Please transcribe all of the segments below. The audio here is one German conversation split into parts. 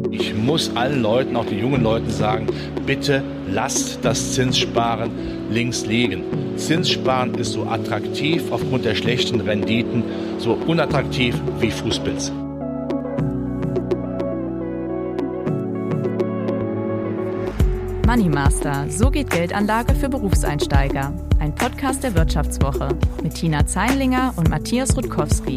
Ich muss allen Leuten, auch den jungen Leuten sagen, bitte lasst das Zinssparen links liegen. Zinssparen ist so attraktiv aufgrund der schlechten Renditen, so unattraktiv wie Fußpilz. Money Master, so geht Geldanlage für Berufseinsteiger. Ein Podcast der Wirtschaftswoche mit Tina Zeinlinger und Matthias Rutkowski.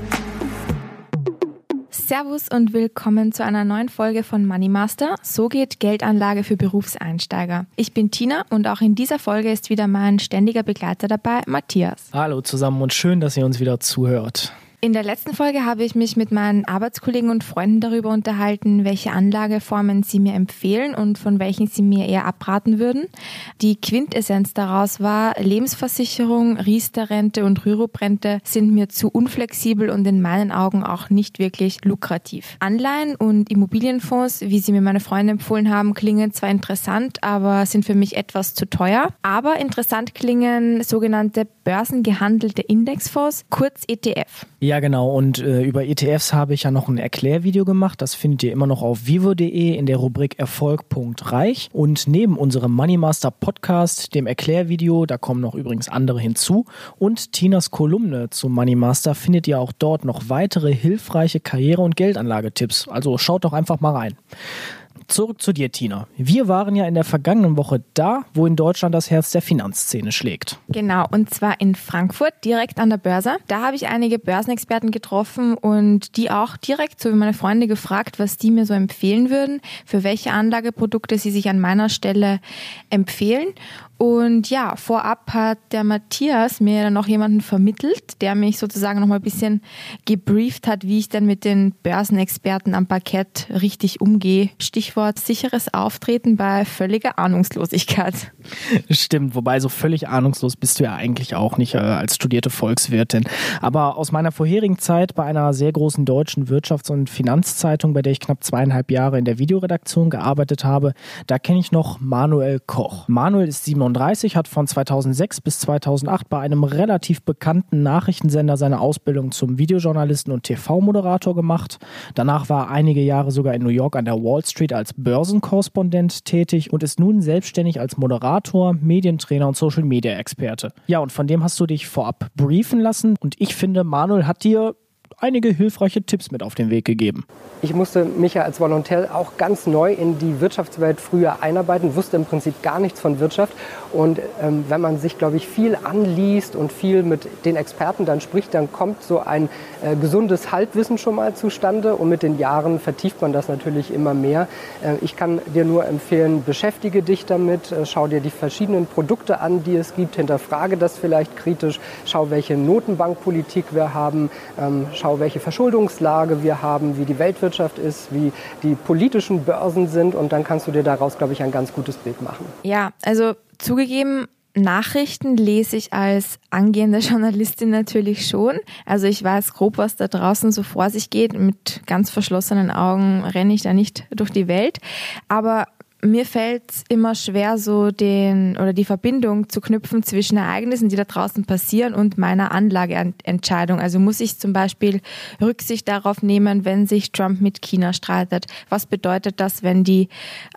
Servus und willkommen zu einer neuen Folge von Money Master. So geht Geldanlage für Berufseinsteiger. Ich bin Tina und auch in dieser Folge ist wieder mein ständiger Begleiter dabei, Matthias. Hallo zusammen und schön, dass ihr uns wieder zuhört. In der letzten Folge habe ich mich mit meinen Arbeitskollegen und Freunden darüber unterhalten, welche Anlageformen sie mir empfehlen und von welchen sie mir eher abraten würden. Die Quintessenz daraus war, Lebensversicherung, Riester-Rente und Rürup-Rente sind mir zu unflexibel und in meinen Augen auch nicht wirklich lukrativ. Anleihen und Immobilienfonds, wie sie mir meine Freunde empfohlen haben, klingen zwar interessant, aber sind für mich etwas zu teuer. Aber interessant klingen sogenannte börsengehandelte Indexfonds, kurz ETF. Ja, genau. Und über ETFs habe ich ja noch ein Erklärvideo gemacht. Das findet ihr immer noch auf vivo.de in der Rubrik Erfolg.reich. Und neben unserem Money Master Podcast, dem Erklärvideo, da kommen noch übrigens andere hinzu, und Tinas Kolumne zum Money Master findet ihr auch dort noch weitere hilfreiche Karriere- und Geldanlagetipps. Also schaut doch einfach mal rein. Zurück zu dir, Tina. Wir waren ja in der vergangenen Woche da, wo in Deutschland das Herz der Finanzszene schlägt. Genau, und zwar in Frankfurt, direkt an der Börse. Da habe ich einige Börsenexperten getroffen und die auch direkt, so wie meine Freunde, gefragt, was die mir so empfehlen würden, für welche Anlageprodukte sie sich an meiner Stelle empfehlen. Und ja, vorab hat der Matthias mir dann noch jemanden vermittelt, der mich sozusagen noch mal ein bisschen gebrieft hat, wie ich dann mit den Börsenexperten am Parkett richtig umgehe. Stichwort sicheres Auftreten bei völliger Ahnungslosigkeit. Stimmt, wobei so völlig ahnungslos bist du ja eigentlich auch nicht als studierte Volkswirtin. Aber aus meiner vorherigen Zeit bei einer sehr großen deutschen Wirtschafts- und Finanzzeitung, bei der ich knapp 2,5 Jahre in der Videoredaktion gearbeitet habe, da kenne ich noch Manuel Koch. Manuel ist 37, hat von 2006 bis 2008 bei einem relativ bekannten Nachrichtensender seine Ausbildung zum Videojournalisten und TV-Moderator gemacht. Danach war er einige Jahre sogar in New York an der Wall Street als Börsenkorrespondent tätig und ist nun selbstständig als Moderator, Medientrainer und Social-Media-Experte. Ja, und von dem hast du dich vorab briefen lassen und ich finde, Manuel hat dir einige hilfreiche Tipps mit auf den Weg gegeben. Ich musste mich ja als Volontär auch ganz neu in die Wirtschaftswelt früher einarbeiten, wusste im Prinzip gar nichts von Wirtschaft. Und wenn man sich, glaube ich, viel anliest und viel mit den Experten dann spricht, dann kommt so ein gesundes Halbwissen schon mal zustande. Und mit den Jahren vertieft man das natürlich immer mehr. Ich kann dir nur empfehlen, beschäftige dich damit, schau dir die verschiedenen Produkte an, die es gibt, hinterfrage das vielleicht kritisch, schau, welche Notenbankpolitik wir haben, schau, welche Verschuldungslage wir haben, wie die Weltwirtschaft ist, wie die politischen Börsen sind und dann kannst du dir daraus, glaube ich, ein ganz gutes Bild machen. Ja, also zugegeben, Nachrichten lese ich als angehende Journalistin natürlich schon. Also ich weiß grob, was da draußen so vor sich geht. Mit ganz verschlossenen Augen renne ich da nicht durch die Welt. Aber mir fällt es immer schwer, so die Verbindung zu knüpfen zwischen Ereignissen, die da draußen passieren und meiner Anlageentscheidung. Also muss ich zum Beispiel Rücksicht darauf nehmen, wenn sich Trump mit China streitet? Was bedeutet das, wenn die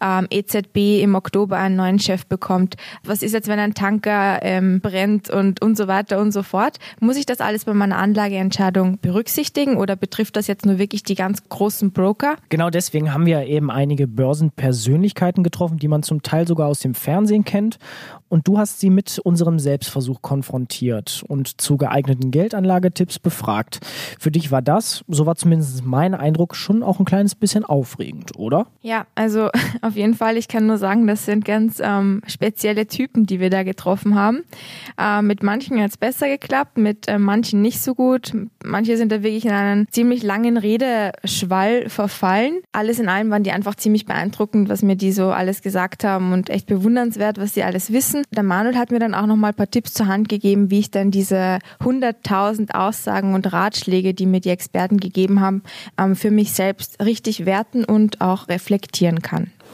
EZB im Oktober einen neuen Chef bekommt? Was ist jetzt, wenn ein Tanker brennt und so weiter und so fort? Muss ich das alles bei meiner Anlageentscheidung berücksichtigen oder betrifft das jetzt nur wirklich die ganz großen Broker? Genau deswegen haben wir eben einige Börsenpersönlichkeiten getroffen, die man zum Teil sogar aus dem Fernsehen kennt. Und du hast sie mit unserem Selbstversuch konfrontiert und zu geeigneten Geldanlagetipps befragt. Für dich war das, so war zumindest mein Eindruck, schon auch ein kleines bisschen aufregend, oder? Ja, also auf jeden Fall. Ich kann nur sagen, das sind ganz spezielle Typen, die wir da getroffen haben. Mit manchen hat es besser geklappt, mit manchen nicht so gut. Manche sind da wirklich in einen ziemlich langen Redeschwall verfallen. Alles in allem waren die einfach ziemlich beeindruckend, was mir die so alles gesagt haben und echt bewundernswert, was sie alles wissen. Der Manuel hat mir dann auch noch mal ein paar Tipps zur Hand gegeben, wie ich dann diese 100.000 Aussagen und Ratschläge, die mir die Experten gegeben haben, für mich selbst richtig werten und auch reflektieren kann.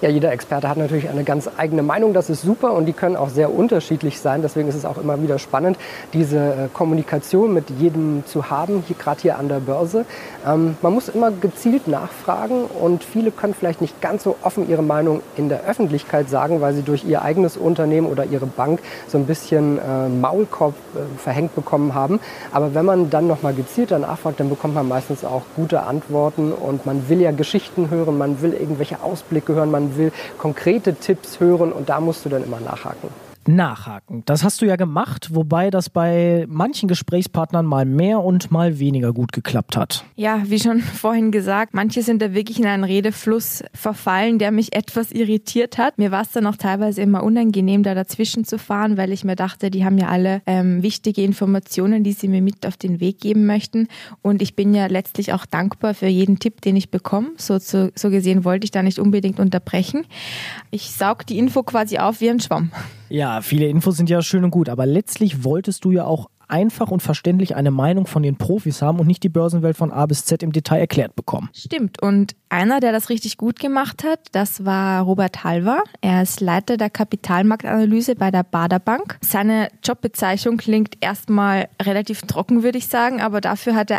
Ja, jeder Experte hat natürlich eine ganz eigene Meinung, das ist super und die können auch sehr unterschiedlich sein. Deswegen ist es auch immer wieder spannend, diese Kommunikation mit jedem zu haben, gerade hier an der Börse. Man muss immer gezielt nachfragen und viele können vielleicht nicht ganz so offen ihre Meinung in der Öffentlichkeit sagen, weil sie durch ihr eigenes Unternehmen oder ihre Bank so ein bisschen Maulkorb verhängt bekommen haben. Aber wenn man dann nochmal gezielter nachfragt, dann bekommt man meistens auch gute Antworten und man will ja Geschichten hören, man will irgendwelche Ausblicke hören, man will konkrete Tipps hören und da musst du dann immer nachhaken. Nachhaken. Das hast du ja gemacht, wobei das bei manchen Gesprächspartnern mal mehr und mal weniger gut geklappt hat. Ja, wie schon vorhin gesagt, manche sind da wirklich in einen Redefluss verfallen, der mich etwas irritiert hat. Mir war es dann auch teilweise immer unangenehm, da dazwischen zu fahren, weil ich mir dachte, die haben ja alle wichtige Informationen, die sie mir mit auf den Weg geben möchten. Und ich bin ja letztlich auch dankbar für jeden Tipp, den ich bekomme. So gesehen wollte ich da nicht unbedingt unterbrechen. Ich saug die Info quasi auf wie ein Schwamm. Ja, viele Infos sind ja schön und gut, aber letztlich wolltest du ja auch einfach und verständlich eine Meinung von den Profis haben und nicht die Börsenwelt von A bis Z im Detail erklärt bekommen. Stimmt. Und einer, der das richtig gut gemacht hat, das war Robert Halver. Er ist Leiter der Kapitalmarktanalyse bei der Baader Bank. Seine Jobbezeichnung klingt erstmal relativ trocken, würde ich sagen, aber dafür hat er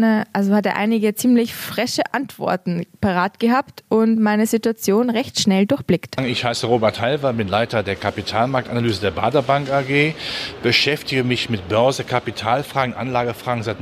einige ziemlich frische Antworten parat gehabt und meine Situation recht schnell durchblickt. Ich heiße Robert Halver, bin Leiter der Kapitalmarktanalyse der Baader Bank AG, beschäftige mich mit Börse, Kapitalfragen, Anlagefragen seit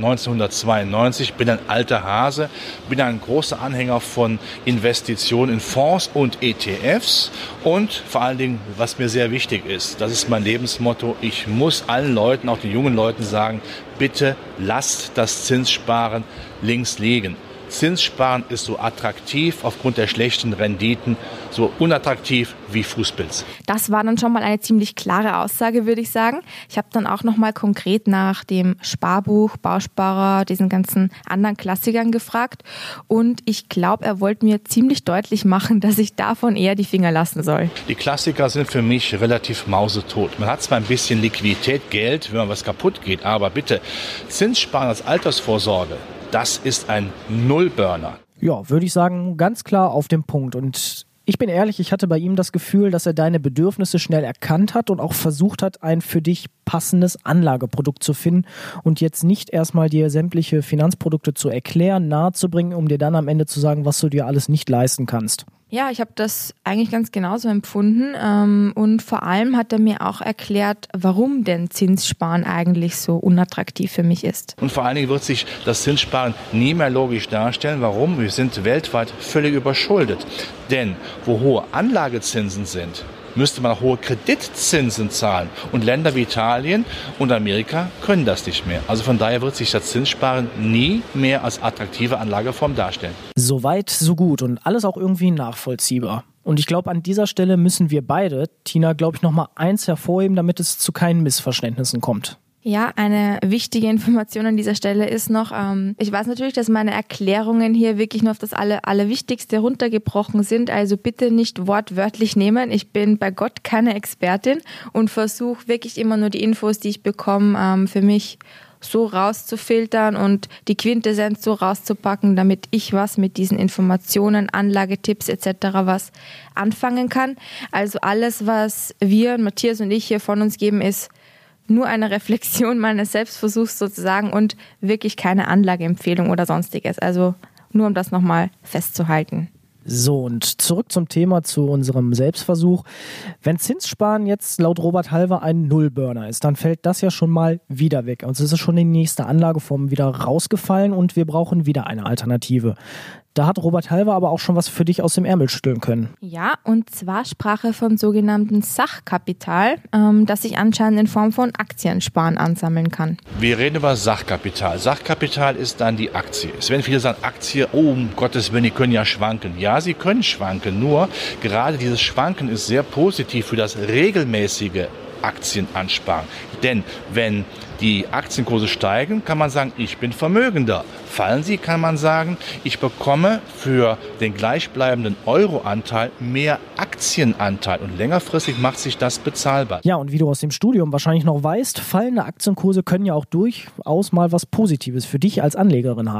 1992, bin ein alter Hase, bin ein großer Anhänger von Investitionen in Fonds und ETFs und vor allen Dingen, was mir sehr wichtig ist, das ist mein Lebensmotto, ich muss allen Leuten, auch den jungen Leuten sagen, bitte lasst das Zinssparen links liegen. Zinssparen ist so attraktiv aufgrund der schlechten Renditen, so unattraktiv wie Fußpilz. Das war dann schon mal eine ziemlich klare Aussage, würde ich sagen. Ich habe dann auch nochmal konkret nach dem Sparbuch, Bausparer, diesen ganzen anderen Klassikern gefragt und ich glaube, er wollte mir ziemlich deutlich machen, dass ich davon eher die Finger lassen soll. Die Klassiker sind für mich relativ mausetot. Man hat zwar ein bisschen Liquidität, Geld, wenn man was kaputt geht, aber bitte, Zinssparen als Altersvorsorge, das ist ein Nullburner. Ja, würde ich sagen, ganz klar auf den Punkt. Und ich bin ehrlich, ich hatte bei ihm das Gefühl, dass er deine Bedürfnisse schnell erkannt hat und auch versucht hat, ein für dich passendes Anlageprodukt zu finden und jetzt nicht erstmal dir sämtliche Finanzprodukte zu erklären, nahezubringen, um dir dann am Ende zu sagen, was du dir alles nicht leisten kannst. Ja, ich habe das eigentlich ganz genauso empfunden und vor allem hat er mir auch erklärt, warum denn Zinssparen eigentlich so unattraktiv für mich ist. Und vor allen Dingen wird sich das Zinssparen nie mehr logisch darstellen. Warum? Wir sind weltweit völlig überschuldet. Denn wo hohe Anlagezinsen sind, müsste man auch hohe Kreditzinsen zahlen. Und Länder wie Italien und Amerika können das nicht mehr. Also von daher wird sich das Zinssparen nie mehr als attraktive Anlageform darstellen. Soweit, so gut und alles auch irgendwie nachvollziehbar. Und ich glaube, an dieser Stelle müssen wir beide, Tina, glaube ich, nochmal eins hervorheben, damit es zu keinen Missverständnissen kommt. Ja, eine wichtige Information an dieser Stelle ist noch, ich weiß natürlich, dass meine Erklärungen hier wirklich nur auf das Allerwichtigste runtergebrochen sind, also bitte nicht wortwörtlich nehmen. Ich bin bei Gott keine Expertin und versuche wirklich immer nur die Infos, die ich bekomme, für mich so rauszufiltern und die Quintessenz so rauszupacken, damit ich was mit diesen Informationen, Anlagetipps etc. was anfangen kann. Also alles, was wir, Matthias und ich hier von uns geben, ist nur eine Reflexion meines Selbstversuchs sozusagen und wirklich keine Anlageempfehlung oder sonstiges. Also nur um das nochmal festzuhalten. So, und zurück zum Thema, zu unserem Selbstversuch. Wenn Zinssparen jetzt laut Robert Halver ein Nullburner ist, dann fällt das ja schon mal wieder weg. Also es ist schon die nächste Anlageform wieder rausgefallen und wir brauchen wieder eine Alternative. Da hat Robert Halver aber auch schon was für dich aus dem Ärmel schütteln können. Ja, und zwar sprach er von sogenannten Sachkapital, das sich anscheinend in Form von Aktiensparen ansammeln kann. Wir reden über Sachkapital. Sachkapital ist dann die Aktie. Es werden viele sagen, Aktie, oh um Gottes Willen, die können ja schwanken. Ja, sie können schwanken, nur gerade dieses Schwanken ist sehr positiv für das regelmäßige Aktienansparen. Denn wenn die Aktienkurse steigen, kann man sagen, ich bin vermögender. Fallen sie, kann man sagen, ich bekomme für den gleichbleibenden Euroanteil mehr Aktienanteil und längerfristig macht sich das bezahlbar. Ja, und wie du aus dem Studium wahrscheinlich noch weißt, fallende Aktienkurse können ja auch durchaus mal was Positives für dich als Anlegerin haben.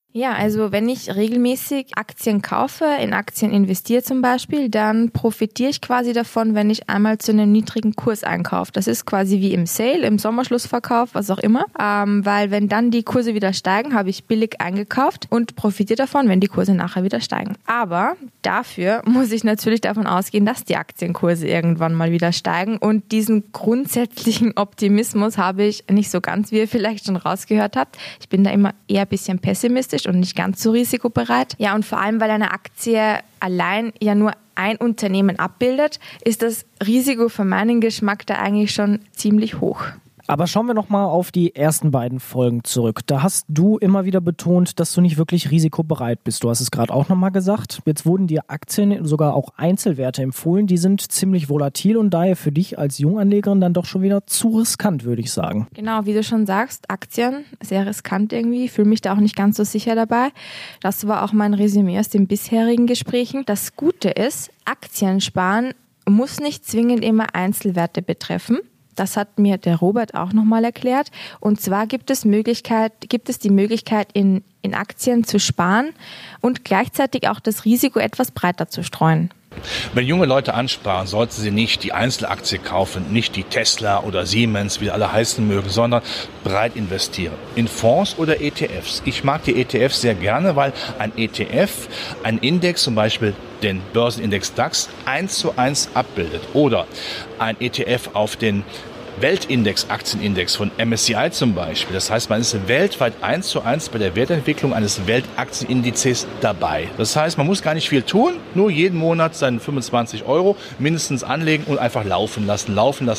Ja, also wenn ich regelmäßig Aktien kaufe, in Aktien investiere zum Beispiel, dann profitiere ich quasi davon, wenn ich einmal zu einem niedrigen Kurs einkaufe. Das ist quasi wie im Sale, im Sommerschlussverkauf, was auch immer, weil wenn dann die Kurse wieder steigen, habe ich billig eingekauft und profitiere davon, wenn die Kurse nachher wieder steigen. Aber dafür muss ich natürlich davon ausgehen, dass die Aktienkurse irgendwann mal wieder steigen und diesen grundsätzlichen Optimismus habe ich nicht so ganz, wie ihr vielleicht schon rausgehört habt. Ich bin da immer eher ein bisschen pessimistisch und nicht ganz so risikobereit. Ja, und vor allem, weil eine Aktie allein ja nur ein Unternehmen abbildet, ist das Risiko für meinen Geschmack da eigentlich schon ziemlich hoch. Aber schauen wir nochmal auf die ersten beiden Folgen zurück. Da hast du immer wieder betont, dass du nicht wirklich risikobereit bist. Du hast es gerade auch nochmal gesagt. Jetzt wurden dir Aktien, sogar auch Einzelwerte empfohlen. Die sind ziemlich volatil und daher für dich als Junganlegerin dann doch schon wieder zu riskant, würde ich sagen. Genau, wie du schon sagst, Aktien, sehr riskant irgendwie. Ich fühle mich da auch nicht ganz so sicher dabei. Das war auch mein Resümee aus den bisherigen Gesprächen. Das Gute ist, Aktien sparen muss nicht zwingend immer Einzelwerte betreffen. Das hat mir der Robert auch nochmal erklärt. Und zwar gibt es die Möglichkeit, in Aktien zu sparen und gleichzeitig auch das Risiko etwas breiter zu streuen. Wenn junge Leute ansparen, sollten sie nicht die Einzelaktie kaufen, nicht die Tesla oder Siemens, wie alle heißen mögen, sondern breit investieren. In Fonds oder ETFs. Ich mag die ETFs sehr gerne, weil ein ETF, ein Index, zum Beispiel den Börsenindex DAX, 1:1 abbildet. Oder ein ETF auf den Weltindex, Aktienindex von MSCI zum Beispiel. Das heißt, man ist weltweit 1:1 bei der Wertentwicklung eines Weltaktienindizes dabei. Das heißt, man muss gar nicht viel tun, nur jeden Monat seine 25 € mindestens anlegen und einfach laufen lassen.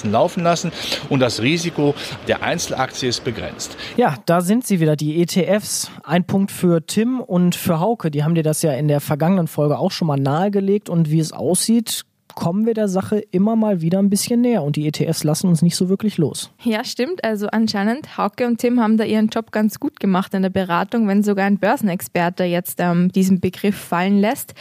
Und das Risiko der Einzelaktie ist begrenzt. Ja, da sind sie wieder, die ETFs. Ein Punkt für Tim und für Hauke. Die haben dir das ja in der vergangenen Folge auch schon mal nahegelegt. Und wie es aussieht, kommen wir der Sache immer mal wieder ein bisschen näher und die ETFs lassen uns nicht so wirklich los. Ja, stimmt. Also anscheinend, Hauke und Tim haben da ihren Job ganz gut gemacht in der Beratung, wenn sogar ein Börsenexperte jetzt diesen Begriff fallen lässt.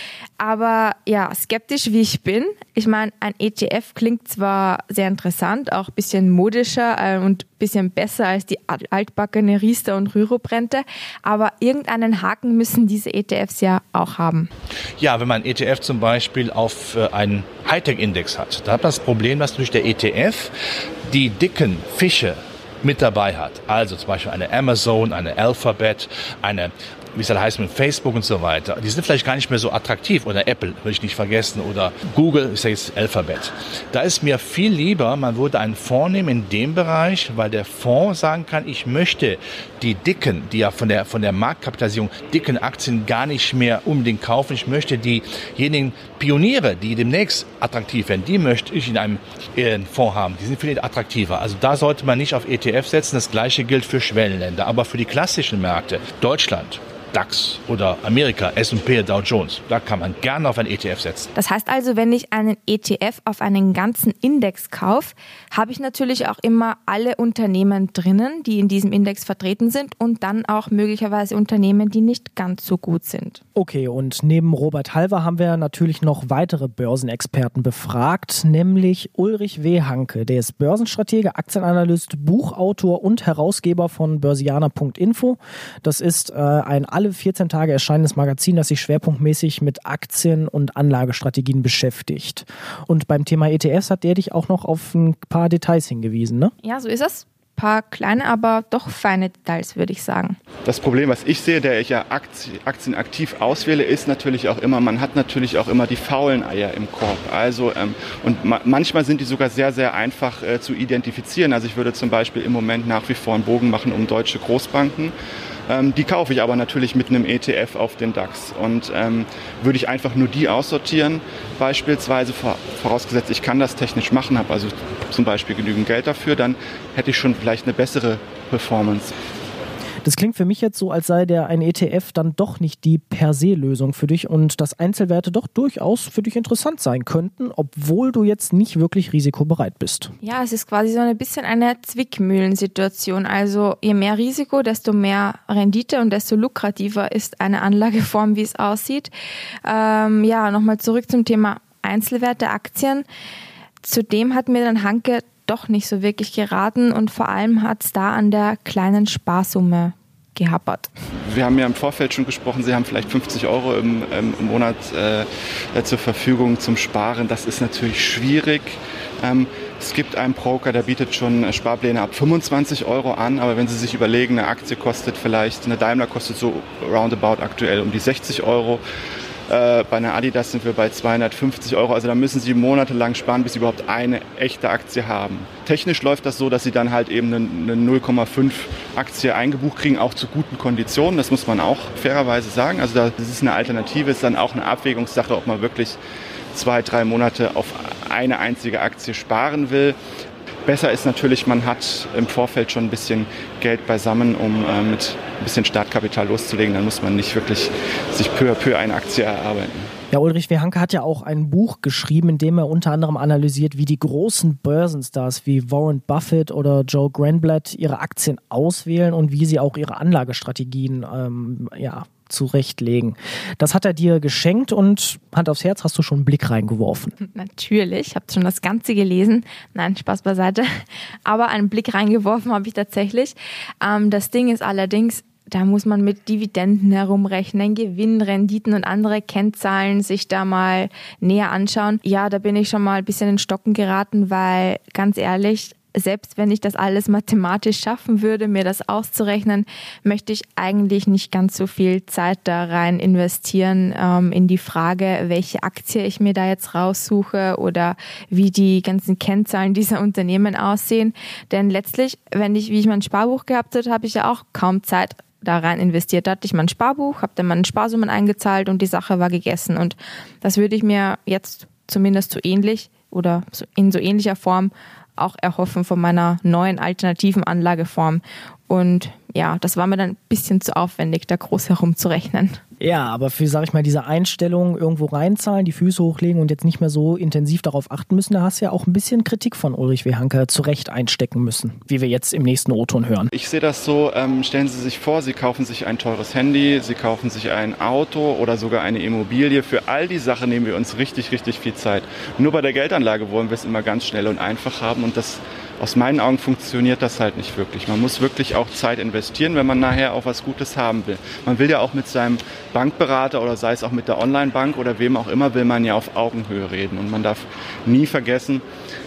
Aber ja, skeptisch wie ich bin. Ich meine, ein ETF klingt zwar sehr interessant, auch ein bisschen modischer und ein bisschen besser als die altbackene Riester- und Rürup-Rente, aber irgendeinen Haken müssen diese ETFs ja auch haben. Ja, wenn man einen ETF zum Beispiel auf einen Hightech-Index hat, da hat man das Problem, dass durch der ETF die dicken Fische mit dabei hat. Also zum Beispiel eine Amazon, eine Alphabet, eine, wie es dann heißt, mit Facebook und so weiter. Die sind vielleicht gar nicht mehr so attraktiv. Oder Apple, will ich nicht vergessen. Oder Google, ich sage jetzt Alphabet. Da ist mir viel lieber, man würde einen Fonds nehmen in dem Bereich, weil der Fonds sagen kann, ich möchte die dicken, die ja von der Marktkapitalisierung dicken Aktien gar nicht mehr unbedingt kaufen. Ich möchte diejenigen Pioniere, die demnächst attraktiv werden, die möchte ich in einem Fonds haben. Die sind viel attraktiver. Also da sollte man nicht auf ETF setzen. Das Gleiche gilt für Schwellenländer. Aber für die klassischen Märkte, Deutschland, DAX oder Amerika, S&P, Dow Jones, da kann man gerne auf einen ETF setzen. Das heißt also, wenn ich einen ETF auf einen ganzen Index kaufe, habe ich natürlich auch immer alle Unternehmen drinnen, die in diesem Index vertreten sind und dann auch möglicherweise Unternehmen, die nicht ganz so gut sind. Okay, und neben Robert Halver haben wir natürlich noch weitere Börsenexperten befragt, nämlich Ulrich W. Hanke. Der ist Börsenstratege, Aktienanalyst, Buchautor und Herausgeber von Börsianer.info. Das ist ein alle 14 Tage erscheinendes Magazin, das sich schwerpunktmäßig mit Aktien- und Anlagestrategien beschäftigt. Und beim Thema ETFs hat der dich auch noch auf ein paar Details hingewiesen, ne? Ja, so ist es. Ein paar kleine, aber doch feine Details, würde ich sagen. Das Problem, was ich sehe, der ich ja Aktien aktiv auswähle, ist natürlich auch immer, man hat natürlich auch immer die faulen Eier im Korb. Also, und manchmal sind die sogar sehr, sehr einfach zu identifizieren. Also ich würde zum Beispiel im Moment nach wie vor einen Bogen machen um deutsche Großbanken. Die kaufe ich aber natürlich mit einem ETF auf den DAX. Und würde ich einfach nur die aussortieren, beispielsweise vorausgesetzt, ich kann das technisch machen, habe also zum Beispiel genügend Geld dafür, dann hätte ich schon vielleicht eine bessere Performance. Das klingt für mich jetzt so, als sei ein ETF dann doch nicht die Per-se-Lösung für dich und dass Einzelwerte doch durchaus für dich interessant sein könnten, obwohl du jetzt nicht wirklich risikobereit bist. Ja, es ist quasi so ein bisschen eine Zwickmühlensituation. Also je mehr Risiko, desto mehr Rendite und desto lukrativer ist eine Anlageform, wie es aussieht. Nochmal zurück zum Thema Einzelwerte, Aktien. Zudem hat mir dann Hanke doch nicht so wirklich geraten und vor allem hat es da an der kleinen Sparsumme gehapert. Wir haben ja im Vorfeld schon gesprochen, Sie haben vielleicht 50 € im Monat zur Verfügung zum Sparen. Das ist natürlich schwierig. Es gibt einen Broker, der bietet schon Sparpläne ab 25 € an, aber wenn Sie sich überlegen, eine Aktie kostet vielleicht, eine Daimler kostet so roundabout aktuell um die 60 €. Bei einer Adidas sind wir bei 250 €. Also da müssen Sie monatelang sparen, bis Sie überhaupt eine echte Aktie haben. Technisch läuft das so, dass Sie dann halt eben eine 0,5 Aktie eingebucht kriegen, auch zu guten Konditionen. Das muss man auch fairerweise sagen. Also das ist eine Alternative, ist dann auch eine Abwägungssache, ob man wirklich 2-3 Monate auf eine einzige Aktie sparen will. Besser ist natürlich, man hat im Vorfeld schon ein bisschen Geld beisammen, um mit ein bisschen Startkapital loszulegen. Dann muss man nicht wirklich sich peu à peu eine Aktie erarbeiten. Ja, Ulrich W. Hanke hat ja auch ein Buch geschrieben, in dem er unter anderem analysiert, wie die großen Börsenstars wie Warren Buffett oder Joe Granblatt ihre Aktien auswählen und wie sie auch ihre Anlagestrategien zurechtlegen. Das hat er dir geschenkt und Hand aufs Herz, hast du schon einen Blick reingeworfen? Natürlich, ich habe schon das Ganze gelesen. Nein, Spaß beiseite. Aber einen Blick reingeworfen habe ich tatsächlich. Das Ding ist allerdings, da muss man mit Dividenden herumrechnen, Gewinnrenditen und andere Kennzahlen sich da mal näher anschauen. Ja, da bin ich schon mal ein bisschen in Stocken geraten, weil ganz ehrlich, selbst wenn ich das alles mathematisch schaffen würde, mir das auszurechnen, möchte ich eigentlich nicht ganz so viel Zeit da rein investieren in die Frage, welche Aktie ich mir da jetzt raussuche oder wie die ganzen Kennzahlen dieser Unternehmen aussehen. Denn letztlich, wie ich mein Sparbuch gehabt habe, habe ich ja auch kaum Zeit da rein investiert. Da hatte ich mein Sparbuch, habe dann meine Sparsummen eingezahlt und die Sache war gegessen. Und das würde ich mir jetzt zumindest so ähnlich oder in so ähnlicher Form auch erhoffen von meiner neuen alternativen Anlageform. Und ja, das war mir dann ein bisschen zu aufwendig, da groß herumzurechnen. Ja, aber für, sag ich mal, diese Einstellung irgendwo reinzahlen, die Füße hochlegen und jetzt nicht mehr so intensiv darauf achten müssen, da hast du ja auch ein bisschen Kritik von Ulrich W. Hanke zu Recht einstecken müssen, wie wir jetzt im nächsten O-Ton hören. Ich sehe das so, stellen Sie sich vor, Sie kaufen sich ein teures Handy, Sie kaufen sich ein Auto oder sogar eine Immobilie. Für all die Sachen nehmen wir uns richtig, richtig viel Zeit. Nur bei der Geldanlage wollen wir es immer ganz schnell und einfach haben und das aus meinen Augen funktioniert das halt nicht wirklich. Man muss wirklich auch Zeit investieren, wenn man nachher auch was Gutes haben will. Man will ja auch mit seinem Bankberater oder sei es auch mit der Online-Bank oder wem auch immer, will man ja auf Augenhöhe reden. Und man darf nie vergessen,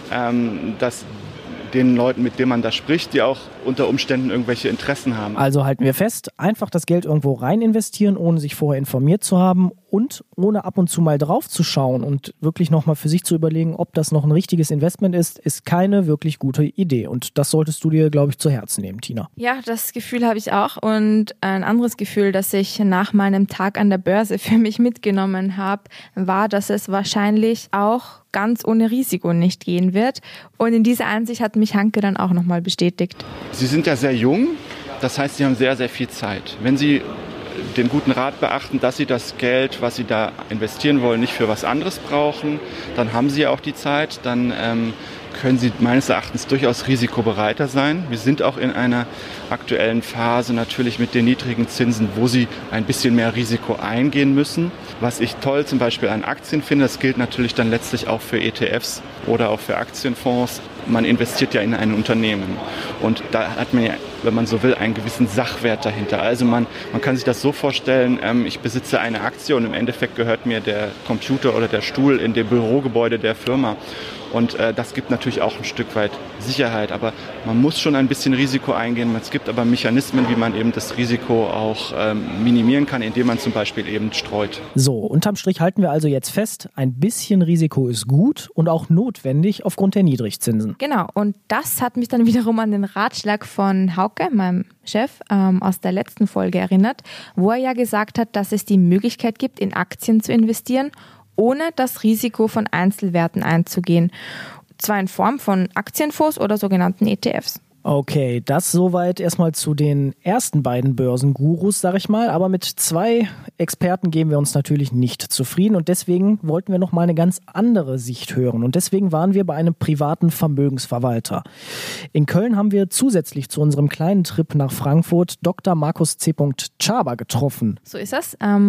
dass den Leuten, mit denen man da spricht, die auch unter Umständen irgendwelche Interessen haben. Also halten wir fest, einfach das Geld irgendwo rein investieren, ohne sich vorher informiert zu haben und ohne ab und zu mal drauf zu schauen und wirklich nochmal für sich zu überlegen, ob das noch ein richtiges Investment ist keine wirklich gute Idee. Und das solltest du dir, glaube ich, zu Herzen nehmen, Tina. Ja, das Gefühl habe ich auch. Und ein anderes Gefühl, das ich nach meinem Tag an der Börse für mich mitgenommen habe, war, dass es wahrscheinlich auch ganz ohne Risiko nicht gehen wird. Und in dieser Einsicht hat mich Hanke dann auch nochmal bestätigt. Sie sind ja sehr jung, das heißt, Sie haben sehr, sehr viel Zeit. Wenn Sie den guten Rat beachten, dass Sie das Geld, was Sie da investieren wollen, nicht für was anderes brauchen, dann haben Sie auch die Zeit, dann können Sie meines Erachtens durchaus risikobereiter sein. Wir sind auch in einer aktuellen Phase natürlich mit den niedrigen Zinsen, wo Sie ein bisschen mehr Risiko eingehen müssen. Was ich toll zum Beispiel an Aktien finde, das gilt natürlich dann letztlich auch für ETFs oder auch für Aktienfonds. Man investiert ja in ein Unternehmen und da hat man ja, wenn man so will, einen gewissen Sachwert dahinter. Also man kann sich das so vorstellen, ich besitze eine Aktie und im Endeffekt gehört mir der Computer oder der Stuhl in dem Bürogebäude der Firma. Und das gibt natürlich auch ein Stück weit Sicherheit, aber man muss schon ein bisschen Risiko eingehen. Es gibt aber Mechanismen, wie man eben das Risiko auch minimieren kann, indem man zum Beispiel eben streut. So, unterm Strich halten wir also jetzt fest, ein bisschen Risiko ist gut und auch notwendig aufgrund der Niedrigzinsen. Genau, und das hat mich dann wiederum an den Ratschlag von Hauke, meinem Chef, aus der letzten Folge erinnert, wo er ja gesagt hat, dass es die Möglichkeit gibt, in Aktien zu investieren, ohne das Risiko von Einzelwerten einzugehen. Zwar in Form von Aktienfonds oder sogenannten ETFs. Okay, das soweit erstmal zu den ersten beiden Börsengurus, sag ich mal. Aber mit 2 Experten geben wir uns natürlich nicht zufrieden und deswegen wollten wir noch mal eine ganz andere Sicht hören. Und deswegen waren wir bei einem privaten Vermögensverwalter. In Köln haben wir zusätzlich zu unserem kleinen Trip nach Frankfurt Dr. Markus C. Schaber getroffen. So ist das.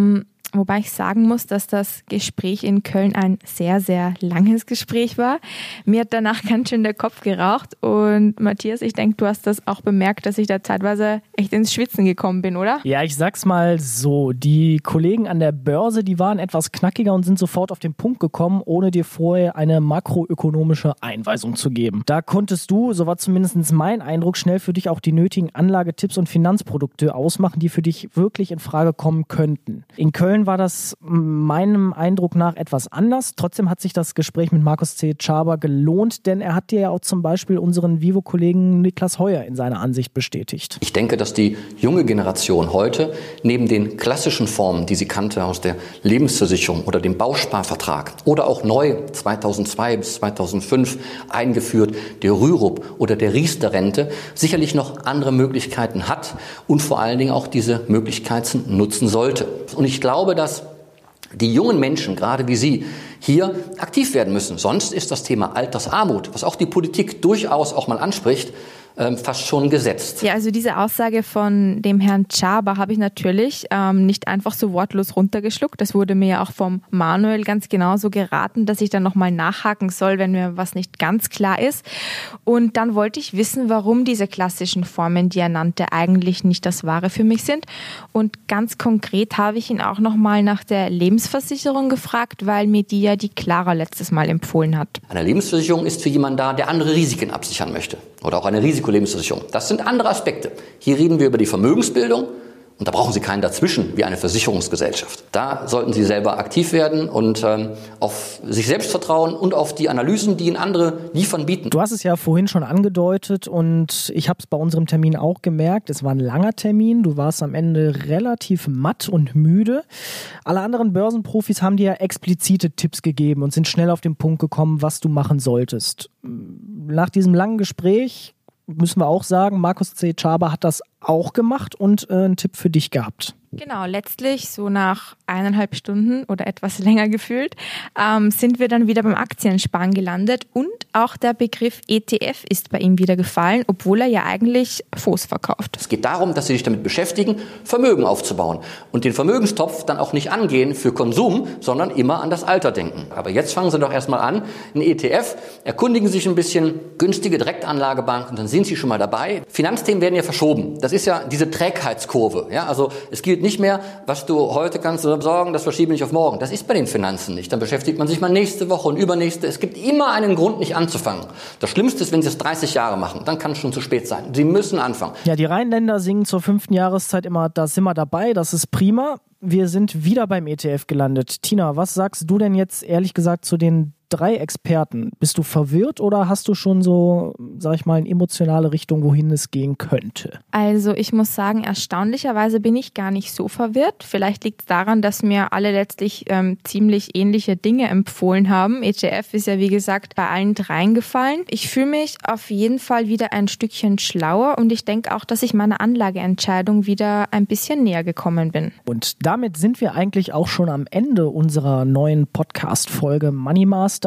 Wobei ich sagen muss, dass das Gespräch in Köln ein sehr, sehr langes Gespräch war. Mir hat danach ganz schön der Kopf geraucht. Und Matthias, ich denke, du hast das auch bemerkt, dass ich da zeitweise echt ins Schwitzen gekommen bin, oder? Ja, ich sag's mal so. Die Kollegen an der Börse, die waren etwas knackiger und sind sofort auf den Punkt gekommen, ohne dir vorher eine makroökonomische Einweisung zu geben. Da konntest du, so war zumindest mein Eindruck, schnell für dich auch die nötigen Anlagetipps und Finanzprodukte ausmachen, die für dich wirklich in Frage kommen könnten. In Köln war das meinem Eindruck nach etwas anders. Trotzdem hat sich das Gespräch mit Markus C. Schaber gelohnt, denn er hat dir ja auch zum Beispiel unseren Vivo-Kollegen Niklas Heuer in seiner Ansicht bestätigt. Ich denke, dass die junge Generation heute neben den klassischen Formen, die sie kannte aus der Lebensversicherung oder dem Bausparvertrag oder auch neu 2002 bis 2005 eingeführt, der Rürup oder der Riester-Rente, sicherlich noch andere Möglichkeiten hat und vor allen Dingen auch diese Möglichkeiten nutzen sollte. Und ich glaube, dass die jungen Menschen, gerade wie Sie, hier aktiv werden müssen. Sonst ist das Thema Altersarmut, was auch die Politik durchaus auch mal anspricht, fast schon gesetzt. Ja, also diese Aussage von dem Herrn Schaber habe ich natürlich nicht einfach so wortlos runtergeschluckt. Das wurde mir ja auch vom Manuel ganz genauso geraten, dass ich dann nochmal nachhaken soll, wenn mir was nicht ganz klar ist. Und dann wollte ich wissen, warum diese klassischen Formen, die er nannte, eigentlich nicht das Wahre für mich sind. Und ganz konkret habe ich ihn auch nochmal nach der Lebensversicherung gefragt, weil mir die ja die Clara letztes Mal empfohlen hat. Eine Lebensversicherung ist für jemanden da, der andere Risiken absichern möchte. Oder auch eine Risikolebensversicherung. Das sind andere Aspekte. Hier reden wir über die Vermögensbildung und da brauchen Sie keinen dazwischen wie eine Versicherungsgesellschaft. Da sollten Sie selber aktiv werden und auf sich selbst vertrauen und auf die Analysen, die Ihnen andere liefern, bieten. Du hast es ja vorhin schon angedeutet und ich habe es bei unserem Termin auch gemerkt. Es war ein langer Termin. Du warst am Ende relativ matt und müde. Alle anderen Börsenprofis haben dir explizite Tipps gegeben und sind schnell auf den Punkt gekommen, was du machen solltest. Nach diesem langen Gespräch müssen wir auch sagen, Markus C. Schaber hat das auch gemacht und einen Tipp für dich gehabt. Genau, letztlich so nach 1,5 Stunden oder etwas länger gefühlt, sind wir dann wieder beim Aktiensparen gelandet und auch der Begriff ETF ist bei ihm wieder gefallen, obwohl er ja eigentlich Fonds verkauft. Es geht darum, dass Sie sich damit beschäftigen, Vermögen aufzubauen und den Vermögenstopf dann auch nicht angehen für Konsum, sondern immer an das Alter denken. Aber jetzt fangen Sie doch erstmal an, ein ETF, erkundigen sich ein bisschen, günstige Direktanlagebanken, dann sind Sie schon mal dabei. Finanzthemen werden ja verschoben. Das ist ja diese Trägheitskurve. Ja? Also es gilt nicht mehr, was du heute kannst besorgen, das verschiebe ich auf morgen. Das ist bei den Finanzen nicht. Dann beschäftigt man sich mal nächste Woche und übernächste. Es gibt immer einen Grund, nicht anzufangen. Das Schlimmste ist, wenn Sie es 30 Jahre machen. Dann kann es schon zu spät sein. Sie müssen anfangen. Ja, die Rheinländer singen zur 5. Jahreszeit immer, da sind wir dabei, das ist prima. Wir sind wieder beim ETF gelandet. Tina, was sagst du denn jetzt ehrlich gesagt zu den 3 Experten? Bist du verwirrt oder hast du schon so, sag ich mal, eine emotionale Richtung, wohin es gehen könnte? Also ich muss sagen, erstaunlicherweise bin ich gar nicht so verwirrt. Vielleicht liegt es daran, dass mir alle letztlich ziemlich ähnliche Dinge empfohlen haben. ETF ist ja wie gesagt bei allen 3 gefallen. Ich fühle mich auf jeden Fall wieder ein Stückchen schlauer und ich denke auch, dass ich meiner Anlageentscheidung wieder ein bisschen näher gekommen bin. Und damit sind wir eigentlich auch schon am Ende unserer neuen Podcast-Folge Money Master.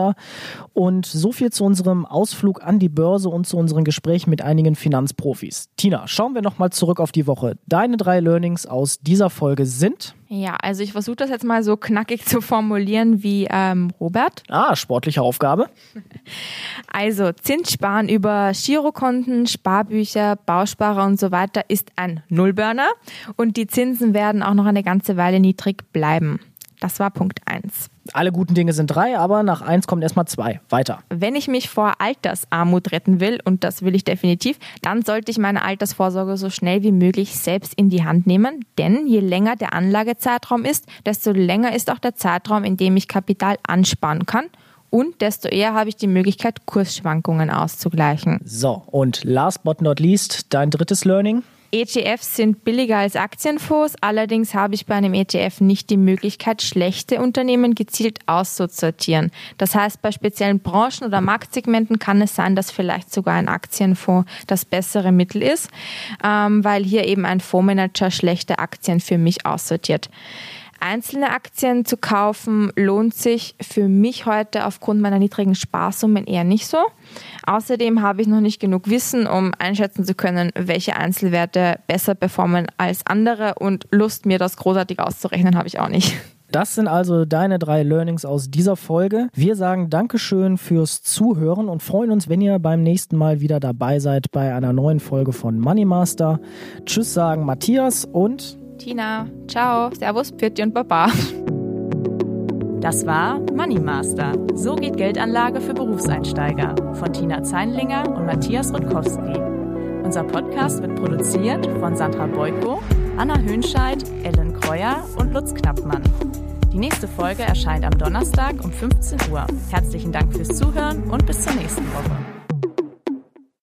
Und so viel zu unserem Ausflug an die Börse und zu unseren Gesprächen mit einigen Finanzprofis. Tina, schauen wir nochmal zurück auf die Woche. Deine 3 Learnings aus dieser Folge sind? Ja, also ich versuche das jetzt mal so knackig zu formulieren wie Robert. Sportliche Aufgabe. Also Zinssparen über Girokonten, Sparbücher, Bausparer und so weiter ist ein Nullburner und die Zinsen werden auch noch eine ganze Weile niedrig bleiben. Das war Punkt 1. Alle guten Dinge sind 3, aber nach 1 kommt erstmal 2. Weiter. Wenn ich mich vor Altersarmut retten will, und das will ich definitiv, dann sollte ich meine Altersvorsorge so schnell wie möglich selbst in die Hand nehmen. Denn je länger der Anlagezeitraum ist, desto länger ist auch der Zeitraum, in dem ich Kapital ansparen kann. Und desto eher habe ich die Möglichkeit, Kursschwankungen auszugleichen. So, und last but not least, dein 3. Learning? ETFs sind billiger als Aktienfonds, allerdings habe ich bei einem ETF nicht die Möglichkeit, schlechte Unternehmen gezielt auszusortieren. Das heißt, bei speziellen Branchen oder Marktsegmenten kann es sein, dass vielleicht sogar ein Aktienfonds das bessere Mittel ist, weil hier eben ein Fondsmanager schlechte Aktien für mich aussortiert. Einzelne Aktien zu kaufen lohnt sich für mich heute aufgrund meiner niedrigen Sparsummen eher nicht so. Außerdem habe ich noch nicht genug Wissen, um einschätzen zu können, welche Einzelwerte besser performen als andere und Lust, mir das großartig auszurechnen, habe ich auch nicht. Das sind also deine 3 Learnings aus dieser Folge. Wir sagen Dankeschön fürs Zuhören und freuen uns, wenn ihr beim nächsten Mal wieder dabei seid bei einer neuen Folge von Money Master. Tschüss sagen Matthias und Tina. Ciao. Servus, Pfiat und Baba. Das war Money Master. So geht Geldanlage für Berufseinsteiger von Tina Zeinlinger und Matthias Rutkowski. Unser Podcast wird produziert von Sandra Beuko, Anna Höhnscheid, Ellen Kreuer und Lutz Knappmann. Die nächste Folge erscheint am Donnerstag um 15 Uhr. Herzlichen Dank fürs Zuhören und bis zur nächsten Woche.